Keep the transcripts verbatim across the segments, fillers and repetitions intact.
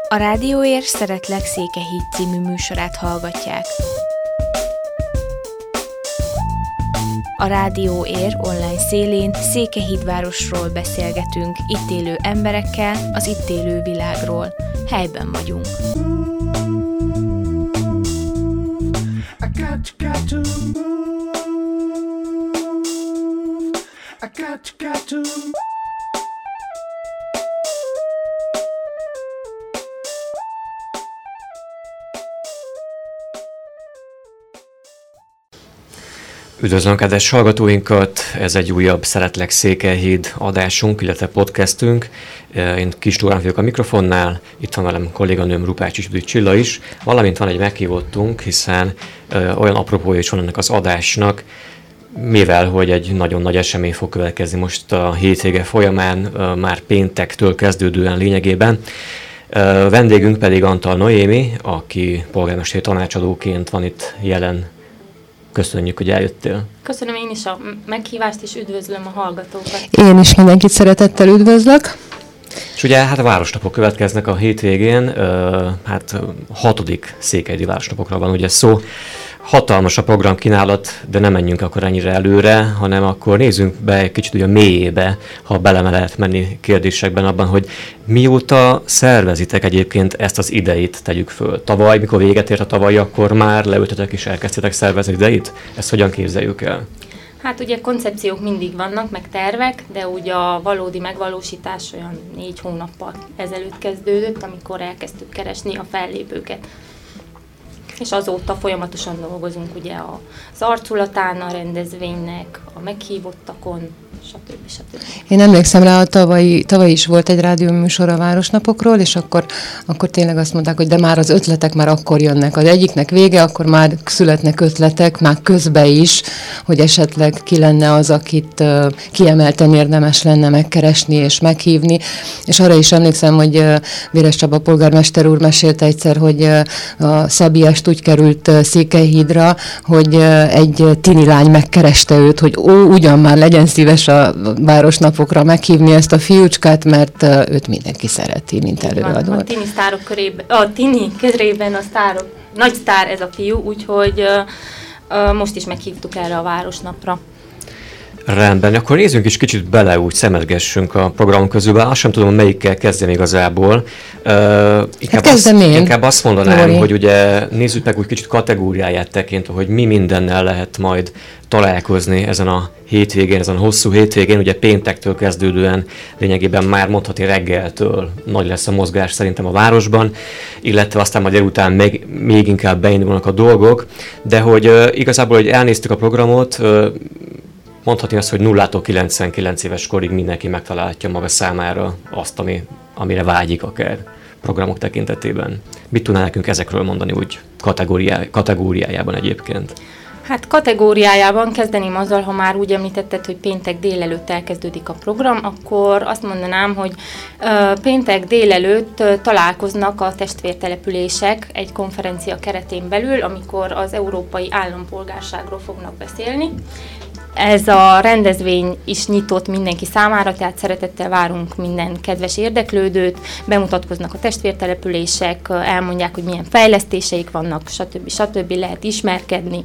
A Rádióér Szeretlek Székelyhíd című műsorát hallgatják. A Rádióér online szélén Székelyhídvárosról beszélgetünk, itt élő emberekkel, az itt élő világról. Helyben vagyunk. Üdvözlöm kedves hallgatóinkat! Ez egy újabb Szeretlek Székelyhíd adásunk, illetve podcastünk. Én Kis Tórán vagyok a mikrofonnál, itt van velem kolléganőm Rupács Csilla is, valamint van egy meghívottunk, hiszen ö, olyan apropója is van ennek az adásnak, mivel hogy egy nagyon nagy esemény fog következni most a hétvége folyamán, ö, már péntektől kezdődően lényegében. Ö, vendégünk pedig Antal Noémi, aki polgármesteri tanácsadóként van itt jelen. Köszönjük, hogy eljöttél. Köszönöm én is a meghívást, és üdvözlöm a hallgatókat. Én is mindenkit szeretettel üdvözlök. És ugye hát a városnapok következnek a hétvégén, hát hatodik székelyhídi városnapokra van ugye szó. Hatalmas a programkínálat, de nem menjünk akkor ennyire előre, hanem akkor nézzünk be egy kicsit ugye mélyébe, ha bele lehet menni kérdésekben abban, hogy mióta szervezitek egyébként ezt az ideit, tegyük föl. Tavaly, mikor véget ért a tavaly, akkor már leültetek és elkezdtétek szervezni ideit? Ezt hogyan képzeljük el? Hát ugye koncepciók mindig vannak, meg tervek, de ugye a valódi megvalósítás olyan négy hónappal ezelőtt kezdődött, amikor elkezdtük keresni a fellépőket. És azóta folyamatosan dolgozunk ugye az arculatán, a rendezvénynek, a meghívottakon, stb. stb. Én emlékszem rá, tavaly, tavaly is volt egy rádióműsor a városnapokról, és akkor, akkor tényleg azt mondták, hogy de már az ötletek már akkor jönnek. Az egyiknek vége, akkor már születnek ötletek, már közben is, hogy esetleg ki lenne az, akit uh, kiemelten érdemes lenne megkeresni és meghívni. És arra is emlékszem, hogy uh, Véres Csaba polgármester úr mesélte egyszer, hogy uh, a Szabiest úgy került uh, Székelyhídra, hogy uh, egy tini lány megkereste őt, hogy ó, ugyan már legyen szíves a városnapokra meghívni ezt a fiúcskát, mert uh, őt mindenki szereti, mint előadó. A tini sztárok körében, a tini körében a sztárok, nagy sztár ez a fiú, úgyhogy uh, uh, most is meghívtuk erre a városnapra. Rendben, akkor nézzünk is kicsit bele, úgy szemezgessünk a program közül, azt sem tudom, melyikkel kezdjem igazából. Uh, inkább, hát azt, inkább azt mondanám, Lóri. Hogy ugye nézzük meg úgy kicsit kategóriáját tekintve, hogy mi mindennel lehet majd találkozni ezen a hétvégén, ezen a hosszú hétvégén, ugye péntektől kezdődően lényegében már mondhatni reggeltől nagy lesz a mozgás szerintem a városban, illetve aztán majd délután még, még inkább beindulnak a dolgok, de hogy uh, igazából, hogy elnéztük a programot, uh, mondhatni azt, hogy nullától kilencvenkilenc éves korig mindenki megtalálhatja maga számára azt, ami, amire vágyik akár programok tekintetében. Mit tudná nekünk ezekről mondani úgy kategóriá, kategóriájában egyébként? Hát kategóriájában kezdeném azzal, ha már úgy említetted, hogy péntek délelőtt elkezdődik a program, akkor azt mondanám, hogy uh, péntek délelőtt uh, találkoznak a testvértelepülések egy konferencia keretén belül, amikor az európai állampolgárságról fognak beszélni. Ez a rendezvény is nyitott mindenki számára, tehát szeretettel várunk minden kedves érdeklődőt, bemutatkoznak a testvértelepülések, elmondják, hogy milyen fejlesztéseik vannak, stb. stb. Lehet ismerkedni.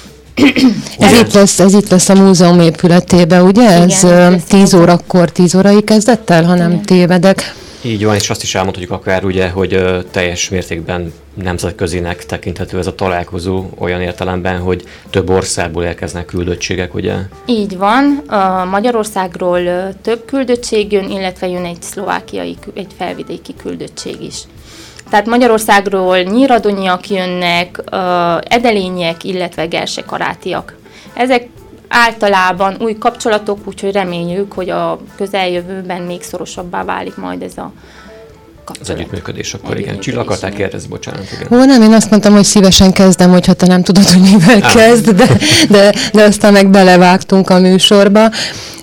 Ez itt, lesz, ez itt lesz a múzeum épületében, ugye? Igen, ez tíz órakor, tíz órai kezdett el, ha nem tévedek. Így van, és azt is elmondhatjuk akár ugye, hogy ö, teljes mértékben nemzetközinek tekinthető ez a találkozó olyan értelemben, hogy több országból érkeznek küldöttségek, ugye? Így van, a Magyarországról ö, több küldöttség jön, illetve jön egy szlovákiai, egy felvidéki küldöttség is. Tehát Magyarországról nyíradonyiak jönnek, ö, edelények, illetve gersekarátiak. Ezek általában új kapcsolatok, úgyhogy reméljük, hogy a közeljövőben még szorosabbá válik majd ez a kapcsolat. Az együttműködés akkor igen. Csilla, akartál kérdezni, bocsánat. Igen. Ó, nem, én azt mondtam, hogy szívesen kezdem, hogyha te nem tudod, hogy mivel ah. kezd, de, de, de aztán meg belevágtunk a műsorba.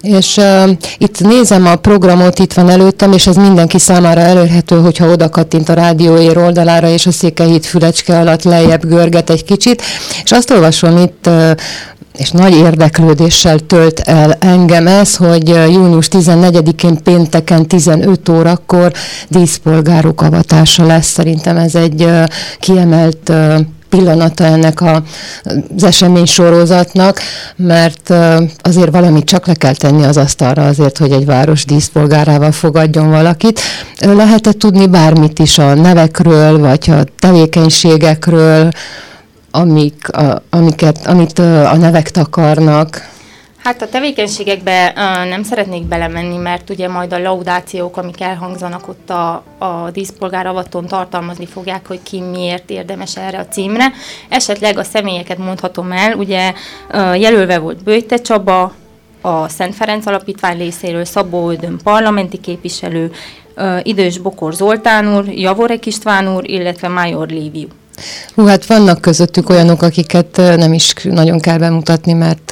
És uh, itt nézem a programot, itt van előttem, és ez mindenki számára elérhető, hogyha oda kattint a Rádió Ér oldalára, és a Székelyhíd Fülecske alatt lejjebb görget egy kicsit. És azt olvasom itt, uh, és nagy érdeklődéssel tölt el engem ez, hogy június tizennegyedikén pénteken tizenöt órakor díszpolgárok avatása lesz. Szerintem ez egy uh, kiemelt uh, pillanata ennek a, az esemény sorozatnak, mert azért valamit csak le kell tenni az asztalra azért, hogy egy város díszpolgárával fogadjon valakit. Lehet-e tudni bármit is a nevekről, vagy a tevékenységekről, amik, a, amiket, amit a nevek takarnak? Hát a tevékenységekbe uh, nem szeretnék belemenni, mert ugye majd a laudációk, amik elhangzanak ott a, a díszpolgáravaton tartalmazni fogják, hogy ki miért érdemes erre a címre. Esetleg a személyeket mondhatom el, ugye uh, jelölve volt Böjte Csaba, a Szent Ferenc Alapítvány részéről Szabó Ödön parlamenti képviselő, uh, Idős Bokor Zoltán úr, Javorek István úr, illetve Major Léviu. Hú, hát vannak közöttük olyanok, akiket nem is nagyon kell bemutatni, mert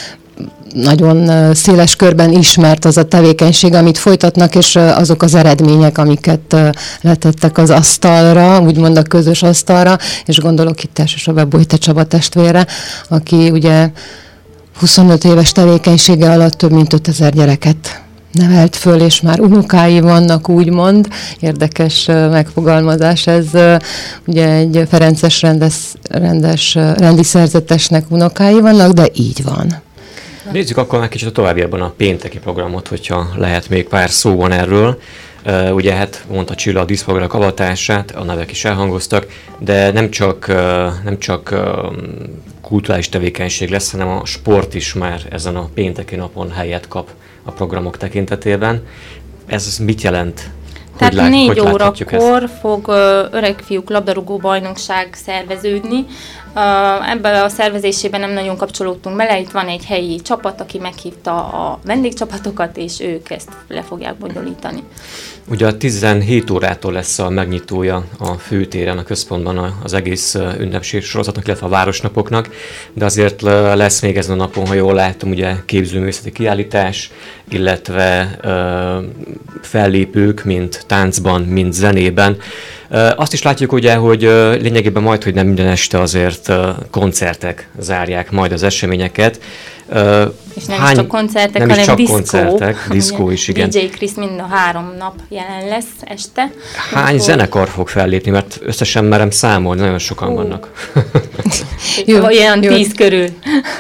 nagyon széles körben ismert az a tevékenység, amit folytatnak, és azok az eredmények, amiket letettek az asztalra, úgymond a közös asztalra, és gondolok itt elsősorban Böjte Csaba testvére, aki ugye huszonöt éves tevékenysége alatt több mint ötezer gyereket nevelt föl, és már unokái vannak, úgymond. Érdekes megfogalmazás ez. Ugye egy ferences rendes, rendes, rendi szerzetesnek unokái vannak, de így van. Nézzük akkor már kicsit a továbbiakban a pénteki programot, hogyha lehet még pár szó van erről. Uh, ugye hát mondta Csilla a díszpolgárok avatását, a nevek is elhangoztak, de nem csak, uh, nem csak uh, kulturális tevékenység lesz, hanem a sport is már ezen a pénteki napon helyet kap a programok tekintetében. Ez mit jelent? Tehát lát, négy órakor fog uh, öregfiúk labdarúgó bajnokság szerveződni. Uh, ebben a szervezésében nem nagyon kapcsolódtunk bele, itt van egy helyi csapat, aki meghívta a vendégcsapatokat, és ők ezt le fogják bonyolítani. Ugye a tizenhét órától lesz a megnyitója a főtéren, a központban az egész ünnepség sorozatnak, illetve a városnapoknak, de azért lesz még ezen a napon, ha jól látom, ugye képzőművészeti kiállítás, illetve uh, fellépők, mint táncban, mint zenében. Uh, azt is látjuk ugye, hogy uh, lényegében majd, hogy nem minden este azért uh, koncertek zárják majd az eseményeket. Uh, és nem hány, is csak koncertek, nem hanem csak diszkó. koncertek, diszkó is, igen. dé dzsé Krisz mind a három nap jelen lesz este. Hány Amikor... zenekar fog fellépni? Mert összesen merem számolni, nagyon sokan uh. vannak. Jó, olyan jó. tíz körül.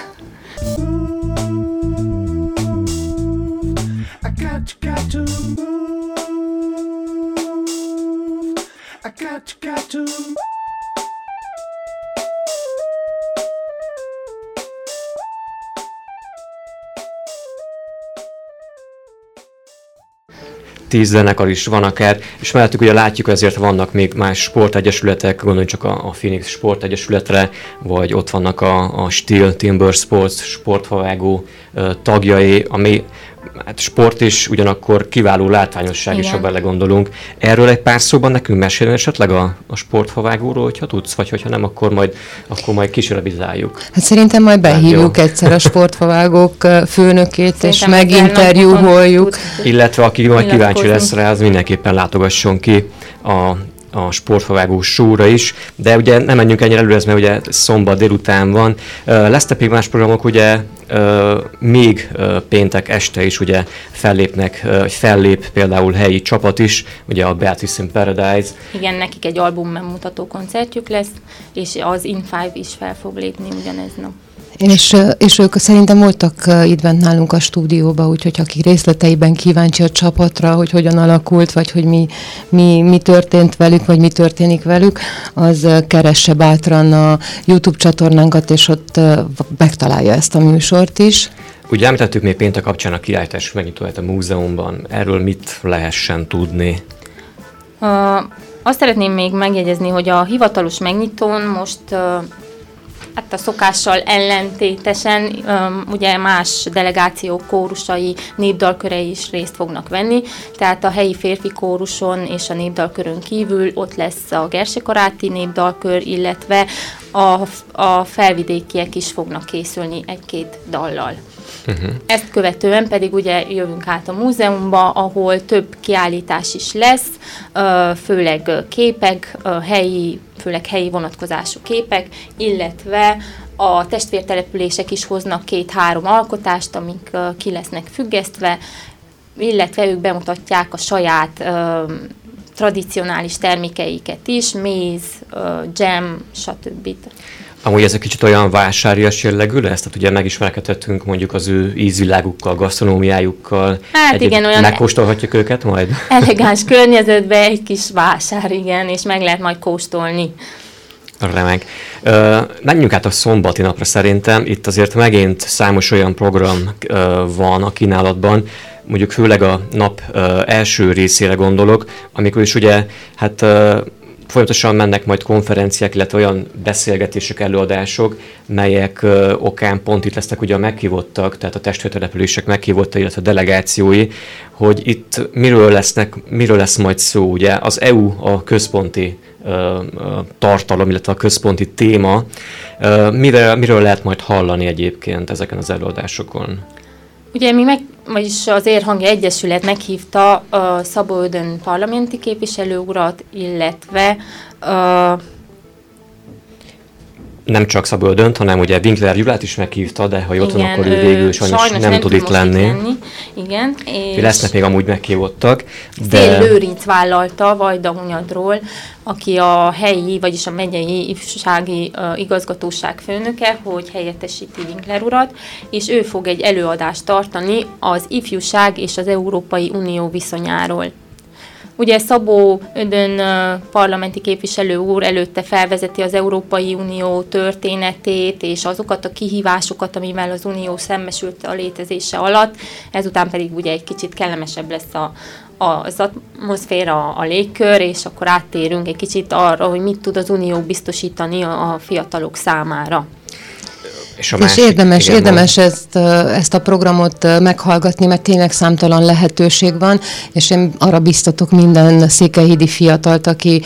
Tíz zenekar is van akár, és mellettük ugye látjuk, ezért vannak még más sportegyesületek, gondoljunk csak a, a Phoenix sportegyesületre, vagy ott vannak a, a Steel Timber Sports sportfavágó uh, tagjai, ami hát sport is, ugyanakkor kiváló látványosság is, ha belegondolunk. Erről egy pár szóban nekünk mesélni esetleg a, a sportfavágóról, hogyha tudsz, vagy hogyha nem, akkor majd, akkor majd kísérletizáljuk. Hát szerintem majd behívjuk egyszer a sportfavágók főnökét, szerintem és meginterjúholjuk. Illetve aki majd kíváncsi lesz rá, az mindenképpen látogasson ki a a sportfavágó show-ra is, de ugye nem menjünk ennyire előre, mert ugye szombat délután van. Lesznek még más programok, ugye még péntek este is ugye fellépnek, vagy fellép például helyi csapat is, ugye a Beatrice in Paradise. Igen, nekik egy album bemutató koncertjük lesz, és az In Five is fel fog lépni ugyanez nap. És, és ők szerintem voltak itt bent nálunk a stúdióban, úgyhogy aki részleteiben kíváncsi a csapatra, hogy hogyan alakult, vagy hogy mi, mi, mi történt velük, vagy mi történik velük, az keresse bátran a YouTube csatornánkat, és ott megtalálja ezt a műsort is. Ugye említettük még péntek kapcsán a kiállítás megnyitóját a múzeumban. Erről mit lehessen tudni? Uh, azt szeretném még megjegyezni, hogy a hivatalos megnyitón most... Uh, Hát a szokással ellentétesen um, ugye más delegációk kórusai, népdalkörei is részt fognak venni, tehát a helyi férfi kóruson és a népdalkörön kívül ott lesz a Gersekaráti népdalkör, illetve a, a felvidékiek is fognak készülni egy-két dallal. Uh-huh. Ezt követően pedig ugye jövünk át a múzeumba, ahol több kiállítás is lesz, főleg képek, helyi, főleg helyi vonatkozású képek, illetve a testvértelepülések is hoznak két-három alkotást, amik ki lesznek függesztve, illetve ők bemutatják a saját uh, tradicionális termékeiket is, méz, uh, dzsem, stb. Amúgy ez egy kicsit olyan vásárlias jellegű lesz? Tehát ugye megismerkedhetünk mondjuk az ő ízvilágukkal, gasztronómiájukkal. Hát Egyéb igen, olyan... Megkóstolhatjuk őket majd? Elegáns környezetben egy kis vásár, igen, és meg lehet majd kóstolni. Remek. Uh, menjünk át a szombati napra szerintem. Itt azért megint számos olyan program uh, van a kínálatban, mondjuk főleg a nap uh, első részére gondolok, amikor is ugye hát uh, folyamatosan mennek majd konferenciák, illetve olyan beszélgetések, előadások, melyek uh, okán pont itt lesznek ugye a meghívottak, tehát a testvértelepülések meghívottai, illetve a delegációi, hogy itt miről lesznek, miről lesz majd szó, ugye az é u a központi uh, tartalom, illetve a központi téma. Uh, miről, miről lehet majd hallani egyébként ezeken az előadásokon? Ugye mi meg, vagyis az Érhangja Egyesület meghívta a Szabó Ödön parlamenti képviselő urat, illetve uh, nem csak Szabó Ödönt, hanem ugye Winkler Gyulát is meghívta, de ha jól tudom, akkor ő végül sajnos, sajnos nem, nem tud itt lenni. lenni. Igen. És lesznek még amúgy meghívottak. De... Szél Lőrinc vállalta Vajdahunyadról, aki a helyi, vagyis a megyei ifjúsági uh, igazgatóság főnöke, hogy helyettesíti Winkler urat, és ő fog egy előadást tartani az ifjúság és az Európai Unió viszonyáról. Ugye Szabó Ödön parlamenti képviselő úr előtte felvezeti az Európai Unió történetét és azokat a kihívásokat, amivel az Unió szembesült a létezése alatt, ezután pedig ugye egy kicsit kellemesebb lesz a, a, az atmoszféra, a légkör, és akkor áttérünk egy kicsit arra, hogy mit tud az Unió biztosítani a, a fiatalok számára. És, és másik, érdemes, igen, érdemes ezt, ezt a programot meghallgatni, mert tényleg számtalan lehetőség van, és én arra biztatok minden székelyhídi fiatalt, aki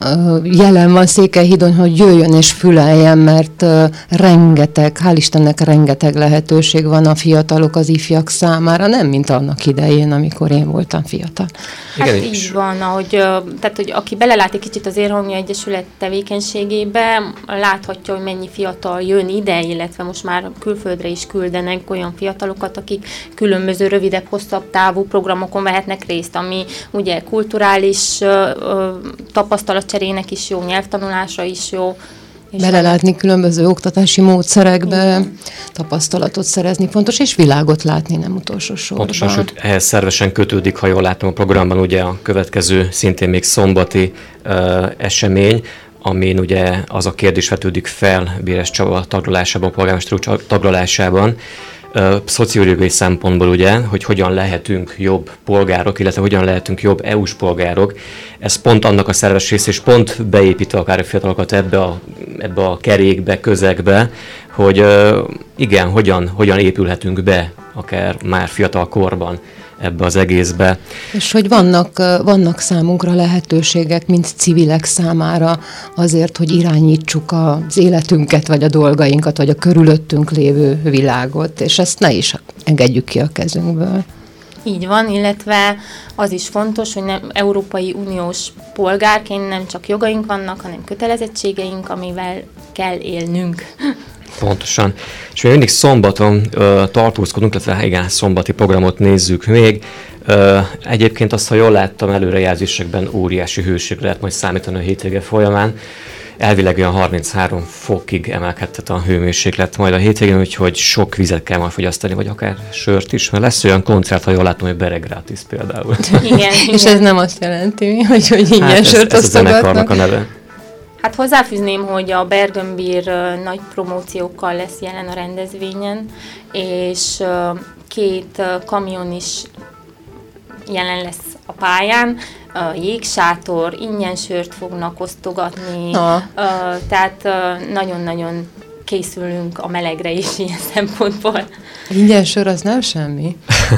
jelen van Székelyhídon, hogy jöjjön és füleljen, mert rengeteg, hál' Istennek rengeteg lehetőség van a fiatalok, az ifjak számára, nem mint annak idején, amikor én voltam fiatal. Hát igen, így is van, ahogy, tehát, hogy aki belelát egy kicsit az Érhangja Egyesület tevékenységébe, láthatja, hogy mennyi fiatal jön ide, illetve most már külföldre is küldenek olyan fiatalokat, akik különböző rövidebb, hosszabb távú programokon vehetnek részt, ami ugye kulturális ö, ö, tapasztalatcserének is jó, nyelvtanulásra is jó. Belelátni különböző oktatási módszerekbe, igen, tapasztalatot szerezni fontos, és világot látni nem utolsó sorban. Pontosan, sőt, ehhez szervesen kötődik, ha jól látom a programban, ugye a következő szintén még szombati ö, esemény, amin ugye az a kérdés vetődik fel Béres Csaba taglalásában, a polgármester úr taglalásában, uh, szociológiai szempontból ugye, hogy hogyan lehetünk jobb polgárok, illetve hogyan lehetünk jobb é u-s polgárok. Ez pont annak a szerves rész, és pont beépít akár a fiatalokat ebbe a, ebbe a kerékbe, közegbe, hogy uh, igen, hogyan, hogyan épülhetünk be, akár már fiatal korban ebbe az egészbe. És hogy vannak, vannak számunkra lehetőségek, mint civilek számára azért, hogy irányítsuk az életünket, vagy a dolgainkat, vagy a körülöttünk lévő világot, és ezt ne is engedjük ki a kezünkből. Így van, illetve az is fontos, hogy nem, Európai Uniós polgárként nem csak jogaink vannak, hanem kötelezettségeink, amivel kell élnünk. Pontosan. És még mindig szombaton uh, tartózkodunk, illetve igen, szombati programot nézzük még. Uh, egyébként azt, ha jól láttam, előrejelzésekben óriási hőségre lehet majd számítani a hétvége folyamán. Elvileg olyan harminchárom fokig emelkedett a hőmérséklet majd a hétvégén, úgyhogy sok vizet kell majd fogyasztani, vagy akár sört is, mert lesz olyan koncert, ha jól látom, hogy Bere Gratis például. Igen, igen. És ez nem azt jelenti, hogy, hogy ingyen hát sört ez, ez a zenekarnak a neve. Hát hozzáfűzném, hogy a Bergönbír uh, nagy promóciókkal lesz jelen a rendezvényen, és uh, két uh, kamion is jelen lesz a pályán, uh, jégsátor, ingyen sört fognak osztogatni, uh, tehát uh, nagyon-nagyon készülünk a melegre is ilyen szempontból. Ingyen sör az nem semmi.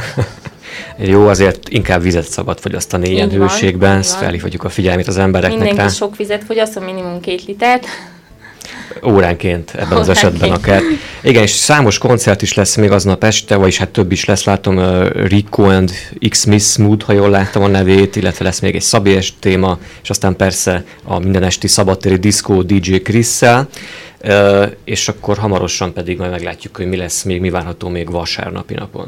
Jó, azért inkább vizet szabad fogyasztani ilyen van, hőségben, ezt felhívjuk a figyelmét az embereknek. Mindenki rá. sok vizet fogyaszol, minimum két litert. óránként ebben óránként. Az esetben akár. Igen, és számos koncert is lesz még aznap este, vagyis hát több is lesz, látom uh, Rico and X Smith Mood, ha jól láttam a nevét, illetve lesz még egy Szabélyes téma, és aztán persze a minden esti szabadtéri diszkó dé dzsé Krisszel, uh, és akkor hamarosan pedig majd meglátjuk, hogy mi lesz még, mi várható még vasárnapi napon.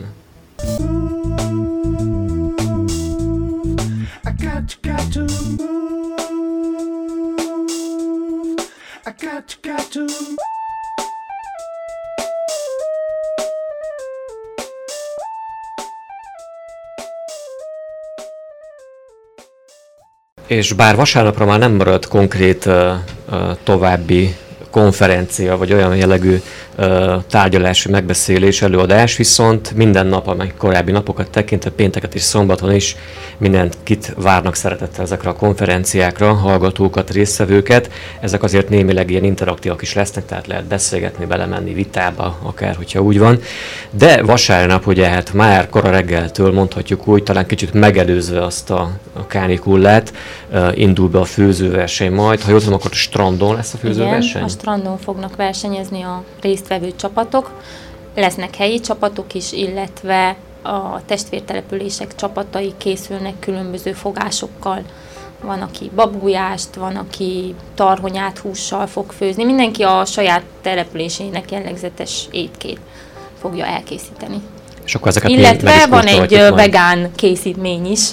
És bár vasárnapra már nem marad konkrét uh, uh, további konferencia, vagy olyan jellegű uh, tárgyalási megbeszélés, előadás, viszont minden nap, amely korábbi napokat tekintve, pénteket és szombaton is mindenkit várnak szeretettel ezekre a konferenciákra, hallgatókat, résztvevőket. Ezek azért némileg ilyen interaktívak is lesznek, tehát lehet beszélgetni, belemenni vitába, akár, hogyha úgy van. De vasárnap ugye hát már kora reggeltől mondhatjuk úgy, talán kicsit megelőzve azt a, a kánikullát, uh, indul be a főzőverseny majd. Ha jól tudom, akkor a strandon lesz a főzőverseny? Igen, a strandon fognak versenyezni a résztvevő csapatok. Lesznek helyi csapatok is, illetve a testvértelepülések csapatai készülnek különböző fogásokkal. Van, aki babújást, van, aki tarhonyát hússal fog főzni. Mindenki a saját településének jellegzetes étkét fogja elkészíteni. És akkor ezeket illetve van egy majd. vegán készítmény is,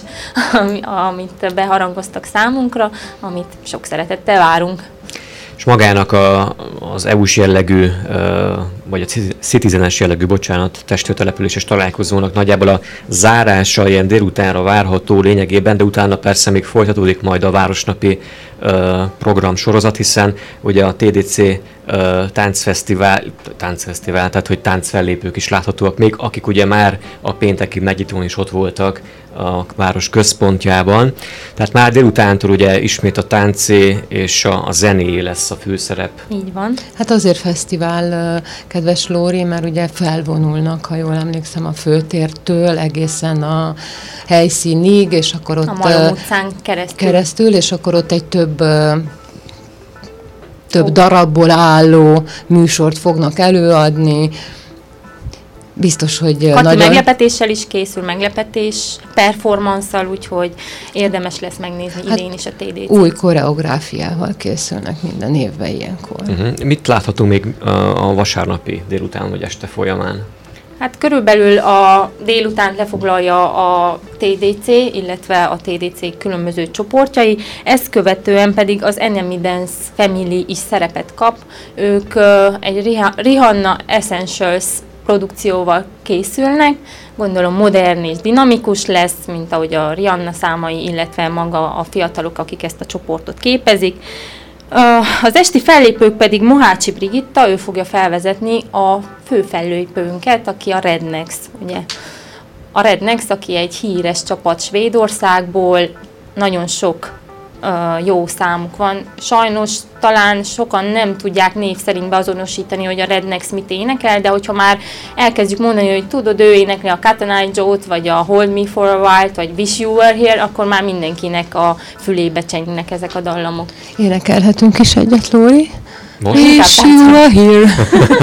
amit beharangoztak számunkra, amit sok szeretettel várunk. És magának a, az é u-s jellegű, vagy a citizenes jellegű, bocsánat, testvértelepüléses találkozónak nagyjából a zárása ilyen délutánra várható lényegében, de utána persze még folytatódik majd a városnapi program sorozat, hiszen ugye a té dé cé táncfesztivál, táncfesztivál, tehát hogy táncfellépők is láthatóak még, akik ugye már a pénteki megnyitón is ott voltak a város központjában. Tehát már délutántól ugye ismét a táncé és a, a zené lesz a főszerep. Így van. Hát azért fesztivál, kedves Lóri, mert ugye felvonulnak, ha jól emlékszem, a főtértől egészen a helyszínig, és akkor ott... A Malom utcán keresztül. keresztül, és akkor ott egy több... több darabból álló műsort fognak előadni. Biztos, hogy Kati nagyon... meglepetéssel is készül, meglepetés performanszal, úgyhogy érdemes lesz megnézni hát idén is a té dé cé. Új koreográfiával készülnek minden évben ilyenkor. Uh-huh. Mit láthatunk még a vasárnapi délután vagy este folyamán? Hát körülbelül a délután lefoglalja a té dé cé, illetve a té dé cé különböző csoportjai, ezt követően pedig az Enemy Dance Family is szerepet kap. Ők uh, egy Rihanna Essentials produkcióval készülnek, gondolom modern és dinamikus lesz, mint ahogy a Rihanna számai, illetve maga a fiatalok, akik ezt a csoportot képezik. Az esti fellépők pedig Mohácsi Brigitta, ő fogja felvezetni a fő fellépőnket, aki a Rednex, ugye. A Rednex, aki egy híres csapat Svédországból, nagyon sok uh, jó számuk van. Sajnos talán sokan nem tudják név szerint beazonosítani, hogy a Rednex mit énekel, de hogyha már elkezdjük mondani, hogy tudod, ő énekli a Cotton Eye Joe-t, vagy a Hold Me For A While, vagy Wish You Were Here, akkor már mindenkinek a fülébe csengnek ezek a dallamok. Énekelhetünk is egyet, Lóri? Most? Wish You Were Here.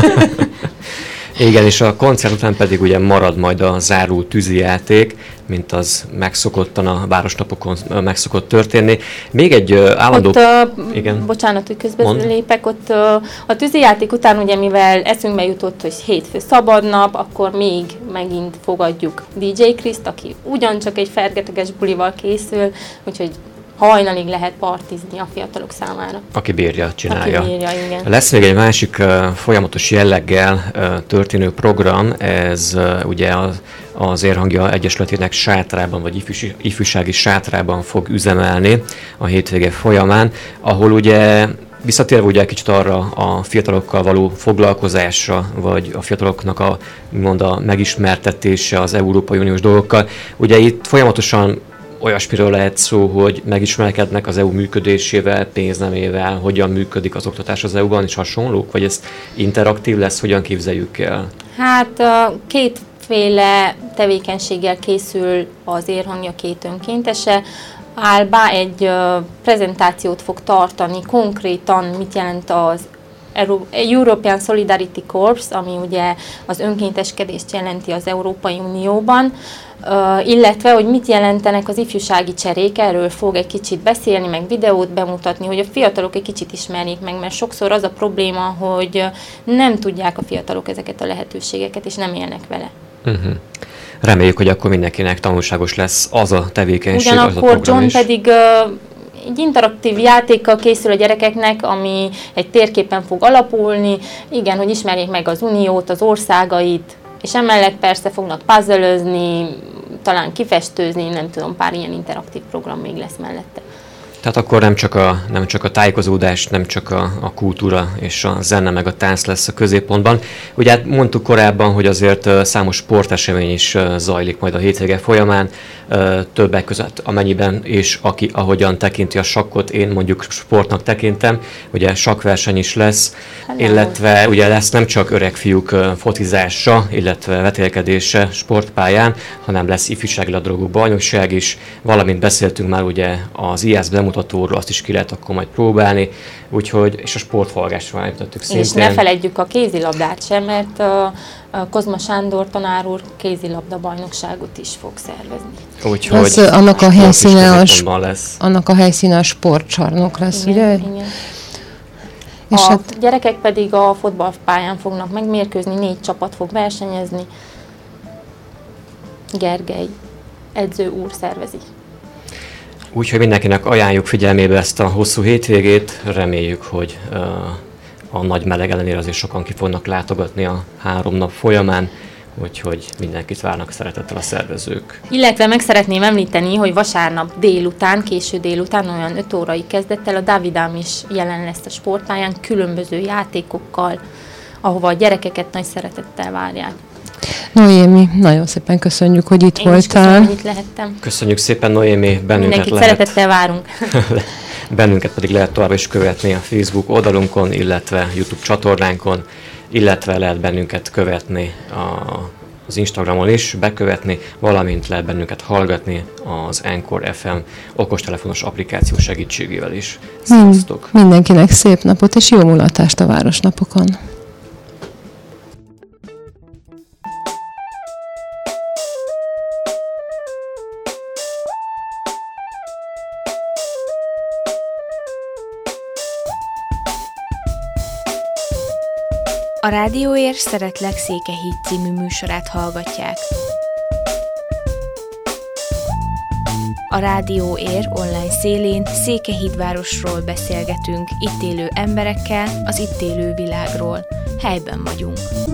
Igen, és a koncert után pedig ugye marad majd a záró tűzijáték, mint az megszokottan a városnapokon megszokott történni. Még egy uh, állandó... Ott, uh, igen. Bocsánat, hogy közben lépek, ott uh, a tűzijáték után ugye, mivel eszünkbe jutott, hogy hétfő szabadnap, akkor még megint fogadjuk dé dzsé Kriszt, aki ugyancsak egy fergeteges bulival készül, úgyhogy hajnalig lehet partizni a fiatalok számára. Aki bírja, csinálja. Aki bírja, igen. Lesz még egy másik uh, folyamatos jelleggel uh, történő program, ez uh, ugye az, az Érhangja Egyesületének sátrában, vagy ifjúsági, ifjúsági sátrában fog üzemelni a hétvége folyamán, ahol ugye visszatérve ugye kicsit arra a fiatalokkal való foglalkozásra, vagy a fiataloknak a, mond a megismertetése az Európai Uniós dolgokkal, ugye itt folyamatosan olyasmiről lehet szó, hogy megismerkednek az é u működésével, pénznemével, hogyan működik az oktatás az é u-ban, és hasonlók? Vagy ez interaktív lesz, hogyan képzeljük el? Hát kétféle tevékenységgel készül az Érhangja két önkéntese. Álba egy prezentációt fog tartani, konkrétan mit jelent az European Solidarity Corps, ami ugye az önkénteskedést jelenti az Európai Unióban, Uh, illetve, hogy mit jelentenek az ifjúsági cserék, erről fog egy kicsit beszélni, meg videót bemutatni, hogy a fiatalok egy kicsit ismerjék meg, mert sokszor az a probléma, hogy nem tudják a fiatalok ezeket a lehetőségeket, és nem élnek vele. Uh-huh. Reméljük, hogy akkor mindenkinek tanulságos lesz az a tevékenység, ugyanakkor az a program John is. pedig uh, egy interaktív játékkal készül a gyerekeknek, ami egy térképen fog alapulni, igen, hogy ismerjék meg az uniót, az országait, és emellett persze fognak puzzle-özni, talán kifestőzni, nem tudom, pár ilyen interaktív program még lesz mellette. Tehát akkor nem csak a, nem csak a tájékozódás, nem csak a, a kultúra és a zene meg a tánc lesz a középpontban. Ugye hát mondtuk korábban, hogy azért számos sportesemény is zajlik majd a hétvége folyamán, többek között amennyiben, és aki ahogyan tekinti a sakkot, én mondjuk sportnak tekintem, ugye sakkverseny is lesz, Hello. illetve ugye lesz nem csak öreg fiúk fotizása, illetve vetélkedése sportpályán, hanem lesz ifjúsági labdarúgó bajnokság is, valamint beszéltünk már ugye az i á es bemutatóról, azt is ki lehet akkor majd próbálni, úgyhogy, és a sportfalgásról említettük szintén. És ne feledjük a kézilabdát sem, mert a, a Kozma Sándor tanár úr kézilabda bajnokságot is fog szervezni. Úgyhogy az, annak, a helyszíne a, lesz. annak a helyszíne a sportcsarnok lesz, igen, ugye? Igen. És a hát gyerekek pedig a fotballpályán fognak megmérkőzni, négy csapat fog versenyezni. Gergely edző úr szervezi. Úgyhogy mindenkinek ajánljuk figyelmébe ezt a hosszú hétvégét, reméljük, hogy uh, a nagy meleg ellenére azért sokan ki fognak látogatni a három nap folyamán, úgyhogy mindenkit várnak szeretettel a szervezők. Illetve meg szeretném említeni, hogy vasárnap délután, késő délután, olyan öt órai kezdettel a Dávidám is jelen lesz a sportpályán különböző játékokkal, ahova a gyerekeket nagy szeretettel várják. Noémi, nagyon szépen köszönjük, hogy itt Én voltál. Is köszönöm, hogy itt lehettem. Köszönjük szépen, Noémi, bennünket Mindenkit lehet... szeretettel várunk. Bennünket pedig lehet tovább is követni a Facebook oldalunkon, illetve YouTube csatornánkon, illetve lehet bennünket követni a, az Instagramon is, bekövetni, valamint lehet bennünket hallgatni az Anchor ef em okostelefonos applikáció segítségével is. Sziasztok! Mindenkinek szép napot és jó mulatást a városnapokon! A Rádióér Szeretlek Székehíd című műsorát hallgatják. A Rádióér online szélén Székehídvárosról beszélgetünk, itt élő emberekkel, az itt élő világról. Helyben vagyunk.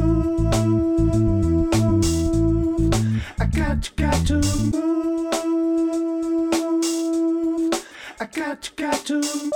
I got, got to move. I got, got to move.